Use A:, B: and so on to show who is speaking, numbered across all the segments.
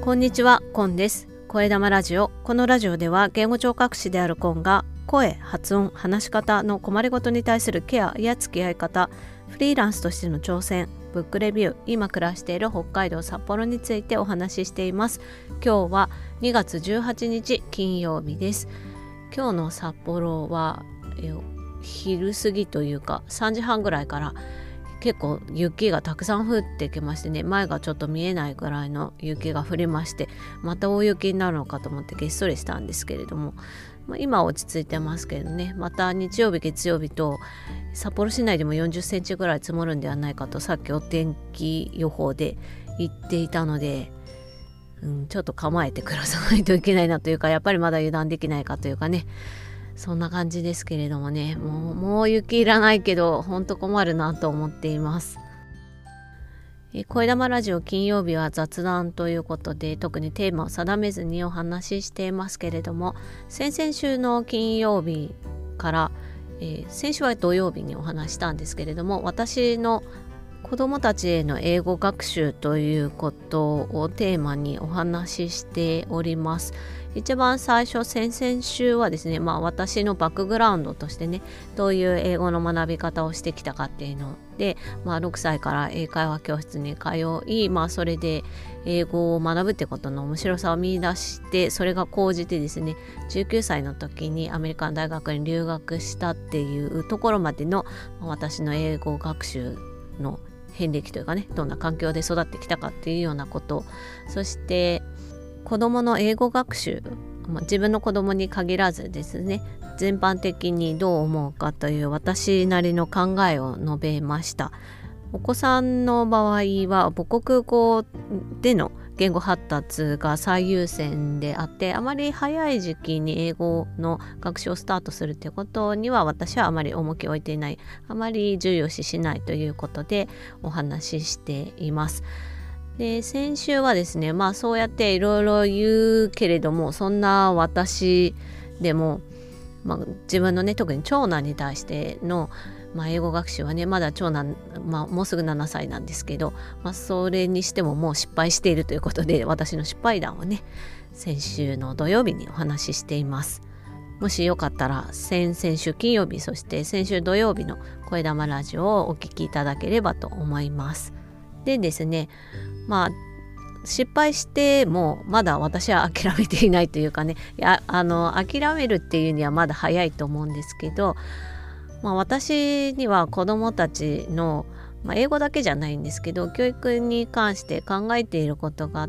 A: こんにちは、コンです。声玉ラジオ。このラジオでは言語聴覚士であるコンが声、発音、話し方の困りごとに対するケアや付き合い方、フリーランスとしての挑戦、ブックレビュー、今暮らしている北海道札幌についてお話ししています。今日は2月18日金曜日です。今日の札幌は昼過ぎというか3時半ぐらいから結構雪がたくさん降ってきましてね、前がちょっと見えないぐらいの雪が降りまして、また大雪になるのかと思ってげっそりしたんですけれども、今は落ち着いてますけどね、また日曜日月曜日と札幌市内でも40センチぐらい積もるんではないかとさっきお天気予報で言っていたので、ちょっと構えて暮らさないといけないなというか、やっぱりまだ油断できないかというかね、そんな感じですけれどもね、もう雪いらないけどほんと困るなと思っています。声玉ラジオ金曜日は雑談ということで、特にテーマを定めずにお話ししていますけれども、先々週の金曜日から、先週は土曜日にお話したんですけれども、私の子どもたちへの英語学習ということをテーマにお話ししております。一番最初、先々週はですね、私のバックグラウンドとしてね、どういう英語の学び方をしてきたかっていうので、6歳から英会話教室に通い、それで英語を学ぶってことの面白さを見出して、それが高じてですね、19歳の時にアメリカの大学に留学したっていうところまでの私の英語学習の遍歴というかね、どんな環境で育ってきたかっていうようなこと、そして子どもの英語学習、自分の子どもに限らずですね、全般的にどう思うかという私なりの考えを述べました。お子さんの場合は母国語での言語発達が最優先であって、あまり早い時期に英語の学習をスタートするということには私はあまり重きを置いていない、あまり重要視しないということでお話ししています。で、先週はですね、そうやっていろいろ言うけれども、そんな私でも、自分のね、特に長男に対しての、英語学習はね、まだ長男、もうすぐ7歳なんですけど、それにしてももう失敗しているということで、私の失敗談をね、先週の土曜日にお話ししています。もしよかったら先々週金曜日、そして先週土曜日の声玉ラジオをお聞きいただければと思います。でですね、失敗してもまだ私は諦めていないというかね、諦めるっていうにはまだ早いと思うんですけど、私には子どもたちの、英語だけじゃないんですけど、教育に関して考えていることがあって、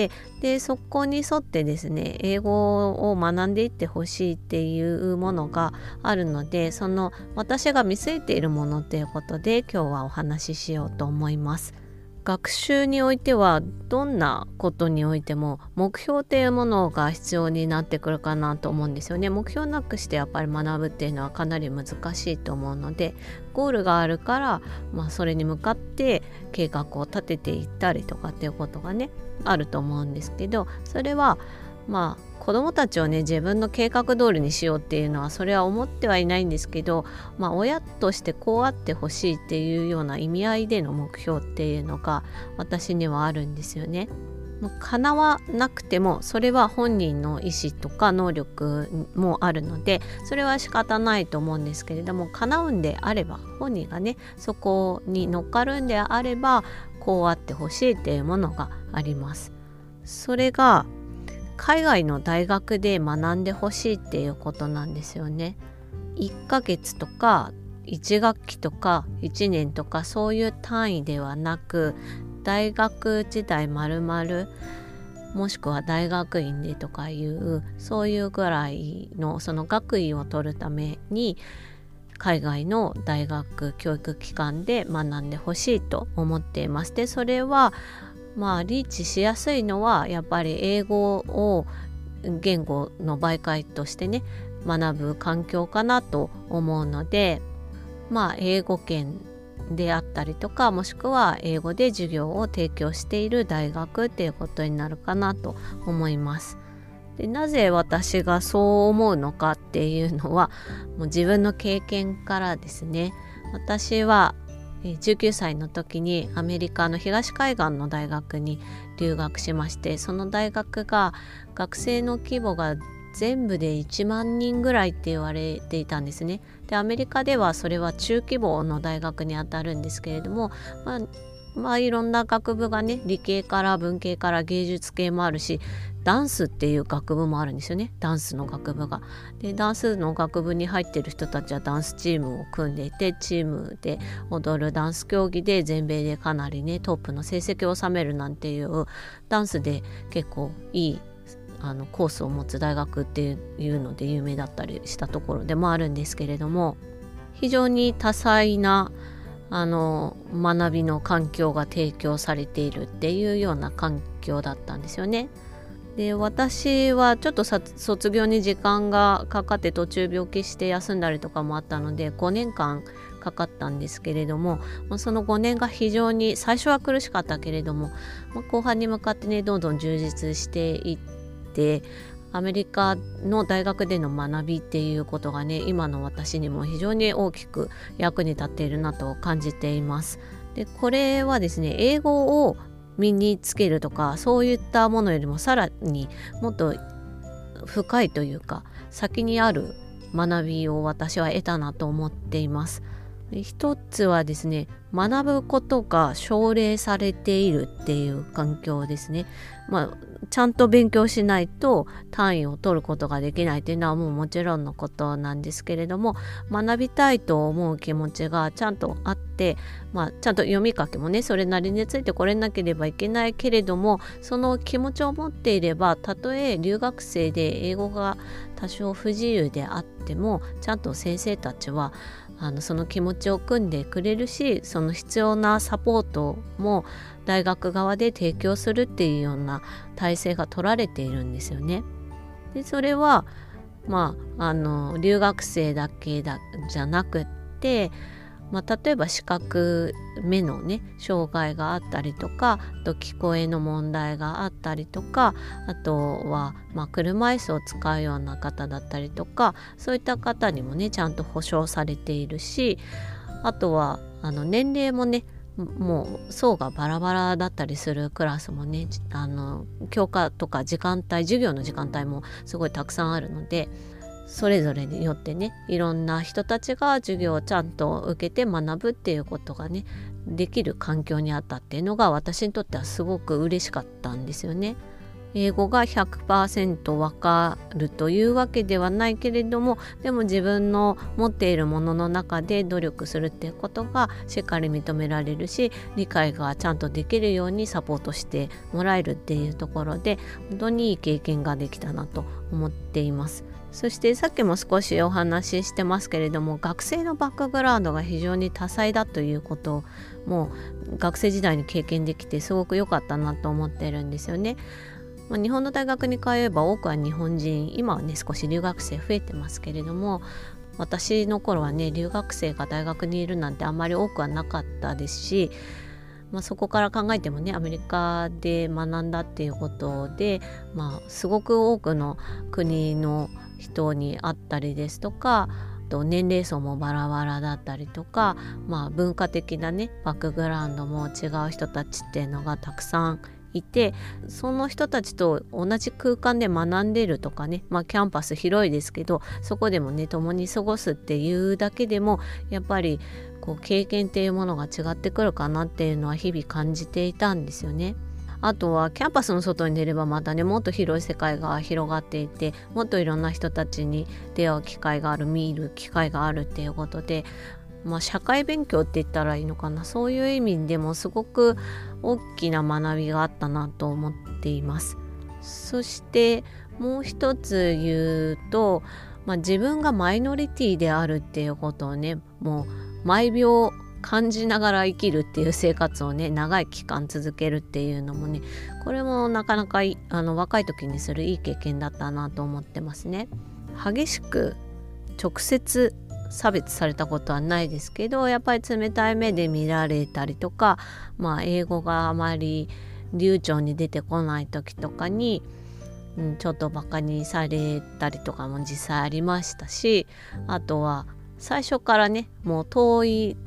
A: でそこに沿ってですね、英語を学んでいってほしいっていうものがあるので、その私が見据えているものということで今日はお話ししようと思います。学習においてはどんなことにおいても目標というものが必要になってくるかなと思うんですよね。目標なくしてやっぱり学ぶっていうのはかなり難しいと思うので、ゴールがあるから、それに向かって計画を立てていったりとかっていうことがね、あると思うんですけど、それは子どもたちをね、自分の計画通りにしようっていうのはそれは思ってはいないんですけど、親としてこうあってほしいっていうような意味合いでの目標っていうのが私にはあるんですよね。叶わなくてもそれは本人の意思とか能力もあるので、それは仕方ないと思うんですけれども、叶うんであれば、本人がねそこに乗っかるんであれば、こうあってほしいっていうものがあります。それが海外の大学で学んでほしいっていうことなんですよね。1ヶ月とか1学期とか1年とかそういう単位ではなく、大学時代まるまる、もしくは大学院でとかいう、そういうぐらいのその学位を取るために海外の大学教育機関で学んでほしいと思っています。でそれはリーチしやすいのはやっぱり英語を言語の媒介としてね学ぶ環境かなと思うので、英語圏であったりとか、もしくは英語で授業を提供している大学っていうことになるかなと思います。でなぜ私がそう思うのかっていうのは、もう自分の経験からですね。私は 19歳の時にアメリカの東海岸の大学に留学しまして、その大学が学生の規模が全部で1万人ぐらいって言われていたんですね。でアメリカではそれは中規模の大学にあたるんですけれども、いろんな学部がね、理系から文系から芸術系もあるし、ダンスっていう学部もあるんですよね。ダンスの学部が。でダンスの学部に入ってる人たちはダンスチームを組んでいて、チームで踊るダンス競技で全米でかなりねトップの成績を収めるなんていうダンスで結構いいコースを持つ大学っていうので有名だったりしたところでもあるんですけれども、非常に多彩な学びの環境が提供されているっていうような環境だったんですよね。で私はちょっと卒業に時間がかかって途中病気して休んだりとかもあったので5年間かかったんですけれども、その5年が非常に最初は苦しかったけれども、後半に向かってねどんどん充実していってアメリカの大学での学びっていうことがね今の私にも非常に大きく役に立っているなと感じています。でこれはですね、英語を身につけるとかそういったものよりもさらにもっと深いというか先にある学びを私は得たなと思っています。一つはですね、学ぶことが奨励されているっていう環境ですね。ちゃんと勉強しないと単位を取ることができないっていうのはもちろんのことなんですけれども、学びたいと思う気持ちがちゃんとあって、ちゃんと読み書きもねそれなりについてこれなければいけないけれども、その気持ちを持っていればたとえ留学生で英語が多少不自由であってもちゃんと先生たちはその気持ちを汲んでくれるし、その必要なサポートも大学側で提供するっていうような体制が取られているんですよね。でそれは留学生だけじゃなくって、例えば視覚目のね障害があったりとか、あと聞こえの問題があったりとか、あとは車椅子を使うような方だったりとか、そういった方にもねちゃんと保障されているし、あとは年齢もねもう層がバラバラだったりするクラスもね教科とか授業の時間帯もすごいたくさんあるので、それぞれによってねいろんな人たちが授業をちゃんと受けて学ぶっていうことがねできる環境にあったっていうのが私にとってはすごく嬉しかったんですよね。英語が 100% わかるというわけではないけれども、でも自分の持っているものの中で努力するっていうことがしっかり認められるし、理解がちゃんとできるようにサポートしてもらえるっていうところで本当にいい経験ができたなと思っています。そしてさっきも少しお話ししてますけれども、学生のバックグラウンドが非常に多彩だということをもう学生時代に経験できてすごく良かったなと思ってるんですよね。日本の大学に通えば多くは日本人、今はね少し留学生増えてますけれども、私の頃はね留学生が大学にいるなんてあんまり多くはなかったですし、そこから考えてもねアメリカで学んだっていうことで、すごく多くの国の人に会ったりですとか、年齢層もバラバラだったりとか、文化的なねバックグラウンドも違う人たちっていうのがたくさんいて、その人たちと同じ空間で学んでいるとかね、キャンパス広いですけどそこでもね共に過ごすっていうだけでもやっぱり経験っていうものが違ってくるかなっていうのは日々感じていたんですよね。あとはキャンパスの外に出ればまたねもっと広い世界が広がっていて、もっといろんな人たちに出会う機会がある、見る機会があるっていうことで、社会勉強って言ったらいいのかな、そういう意味でもすごく大きな学びがあったなと思っています。そしてもう一つ言うと、自分がマイノリティであるっていうことをねもう毎秒感じながら生きるっていう生活をね長い期間続けるっていうのもね、これもなかなか若い時にするいい経験だったなと思ってますね。激しく直接差別されたことはないですけど、やっぱり冷たい目で見られたりとか、英語があまり流暢に出てこない時とかに、ちょっとバカにされたりとかも実際ありましたし、あとは最初からねもう遠い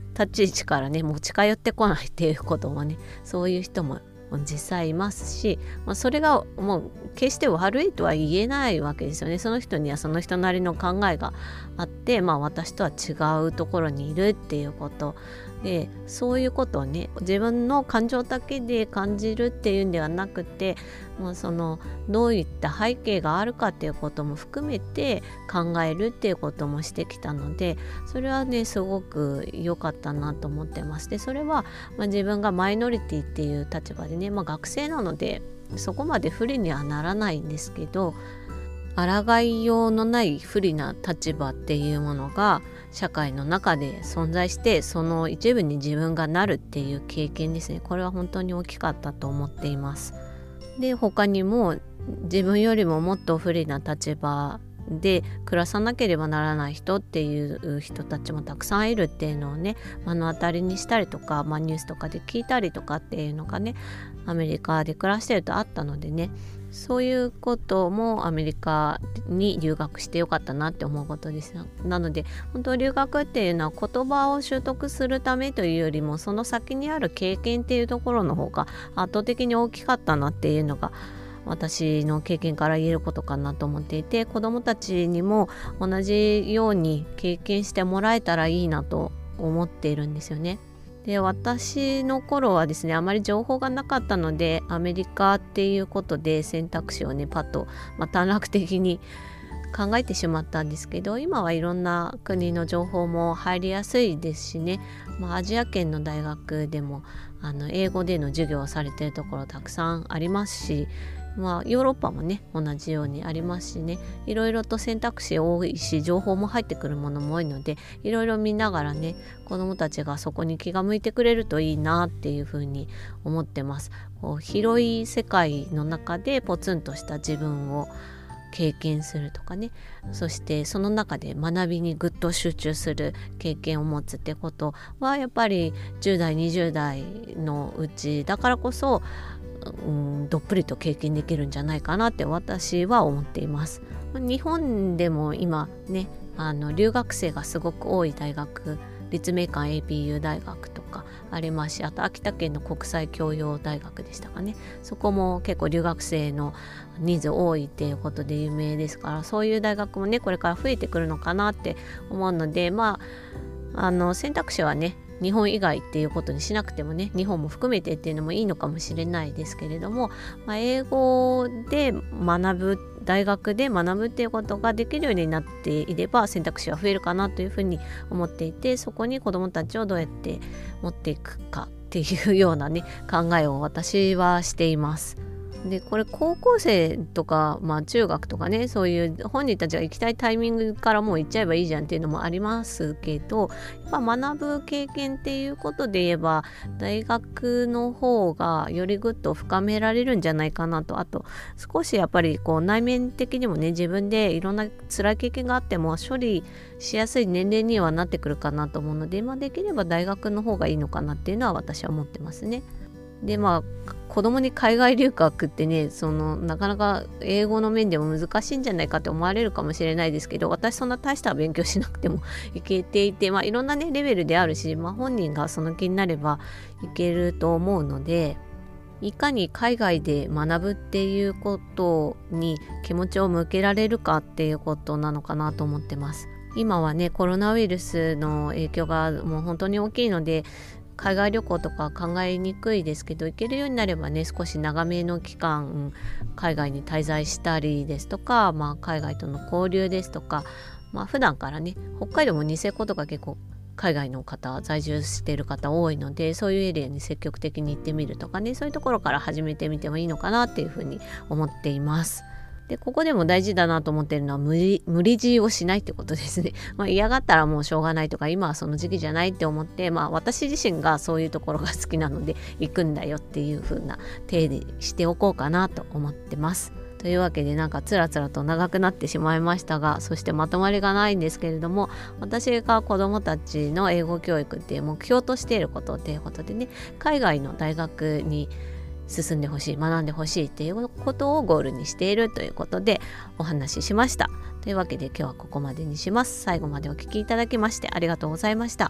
A: 立ち位置からね持ち帰ってこないっていうこともね、そういう人も実際いますし、それがもう決して悪いとは言えないわけですよね。その人にはその人なりの考えがあって、私とは違うところにいるっていうことで、そういうことをね自分の感情だけで感じるっていうんではなくて、そのどういった背景があるかっていうことも含めて考えるっていうこともしてきたので、それはねすごく良かったなと思ってます。でそれは、自分がマイノリティっていう立場でね、学生なのでそこまで不利にはならないんですけど、抗いようのない不利な立場っていうものが社会の中で存在して、その一部に自分がなるっていう経験ですね。これは本当に大きかったと思っています。で他にも自分よりももっと不利な立場で暮らさなければならない人っていう人たちもたくさんいるっていうのをね目の当たりにしたりとか、ニュースとかで聞いたりとかっていうのがねアメリカで暮らしてるとあったのでね、そういうこともアメリカに留学してよかったなって思うことです。なので本当留学っていうのは言葉を習得するためというよりも、その先にある経験っていうところの方が圧倒的に大きかったなっていうのが私の経験から言えることかなと思っていて、子どもたちにも同じように経験してもらえたらいいなと思っているんですよね。で私の頃はですねあまり情報がなかったので、アメリカっていうことで選択肢をねパッと、短絡的に考えてしまったんですけど、今はいろんな国の情報も入りやすいですしね、アジア圏の大学でも英語での授業をされているところたくさんありますし、ヨーロッパもね同じようにありますしね、いろいろと選択肢多いし情報も入ってくるものも多いので、いろいろ見ながらね子どもたちがそこに気が向いてくれるといいなっていうふうに思ってます。広い世界の中でポツンとした自分を経験するとかね、そしてその中で学びにぐっと集中する経験を持つってことはやっぱり10代20代のうちだからこそどっぷりと経験できるんじゃないかなって私は思っています。日本でも今ね留学生がすごく多い大学、立命館 APU 大学とかありますし、あと秋田県の国際教養大学でしたかね、そこも結構留学生の人数多いっていうことで有名ですから、そういう大学もねこれから増えてくるのかなって思うので、選択肢はね日本以外っていうことにしなくてもね、日本も含めてっていうのもいいのかもしれないですけれども、英語で学ぶ、大学で学ぶっていうことができるようになっていれば選択肢は増えるかなというふうに思っていて、そこに子どもたちをどうやって持っていくかっていうようなね考えを私はしています。でこれ高校生とか、中学とかね、そういう本人たちが行きたいタイミングからもう行っちゃえばいいじゃんっていうのもありますけど、学ぶ経験っていうことで言えば大学の方がよりぐっと深められるんじゃないかなと。あと少しやっぱり内面的にもね自分でいろんな辛い経験があっても処理しやすい年齢にはなってくるかなと思うので、できれば大学の方がいいのかなっていうのは私は思ってますね。で子供に海外留学ってねなかなか英語の面でも難しいんじゃないかって思われるかもしれないですけど、私そんな大した勉強しなくてもいけていて、いろんなねレベルであるし、本人がその気になればいけると思うので、いかに海外で学ぶっていうことに気持ちを向けられるかっていうことなのかなと思ってます。今はねコロナウイルスの影響がもう本当に大きいので、海外旅行とか考えにくいですけど、行けるようになればね少し長めの期間海外に滞在したりですとか、海外との交流ですとか、普段からね北海道もニセコとか結構海外の方在住している方多いので、そういうエリアに積極的に行ってみるとかね、そういうところから始めてみてもいいのかなっていうふうに思っています。でここでも大事だなと思っているのは無理強いをしないってことですね。嫌がったらもうしょうがないとか、今はその時期じゃないって思って、私自身がそういうところが好きなので行くんだよっていう風な体でしておこうかなと思ってます。というわけでつらつらと長くなってしまいましたが、そしてまとまりがないんですけれども、私が子どもたちの英語教育っていう目標としていることっていうことでね、海外の大学に進んでほしい、学んでほしいっていうことをゴールにしているということでお話ししました。というわけで今日はここまでにします。最後までお聞きいただきましてありがとうございました。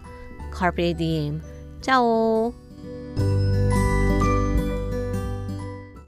A: Carpe Diem。チャオ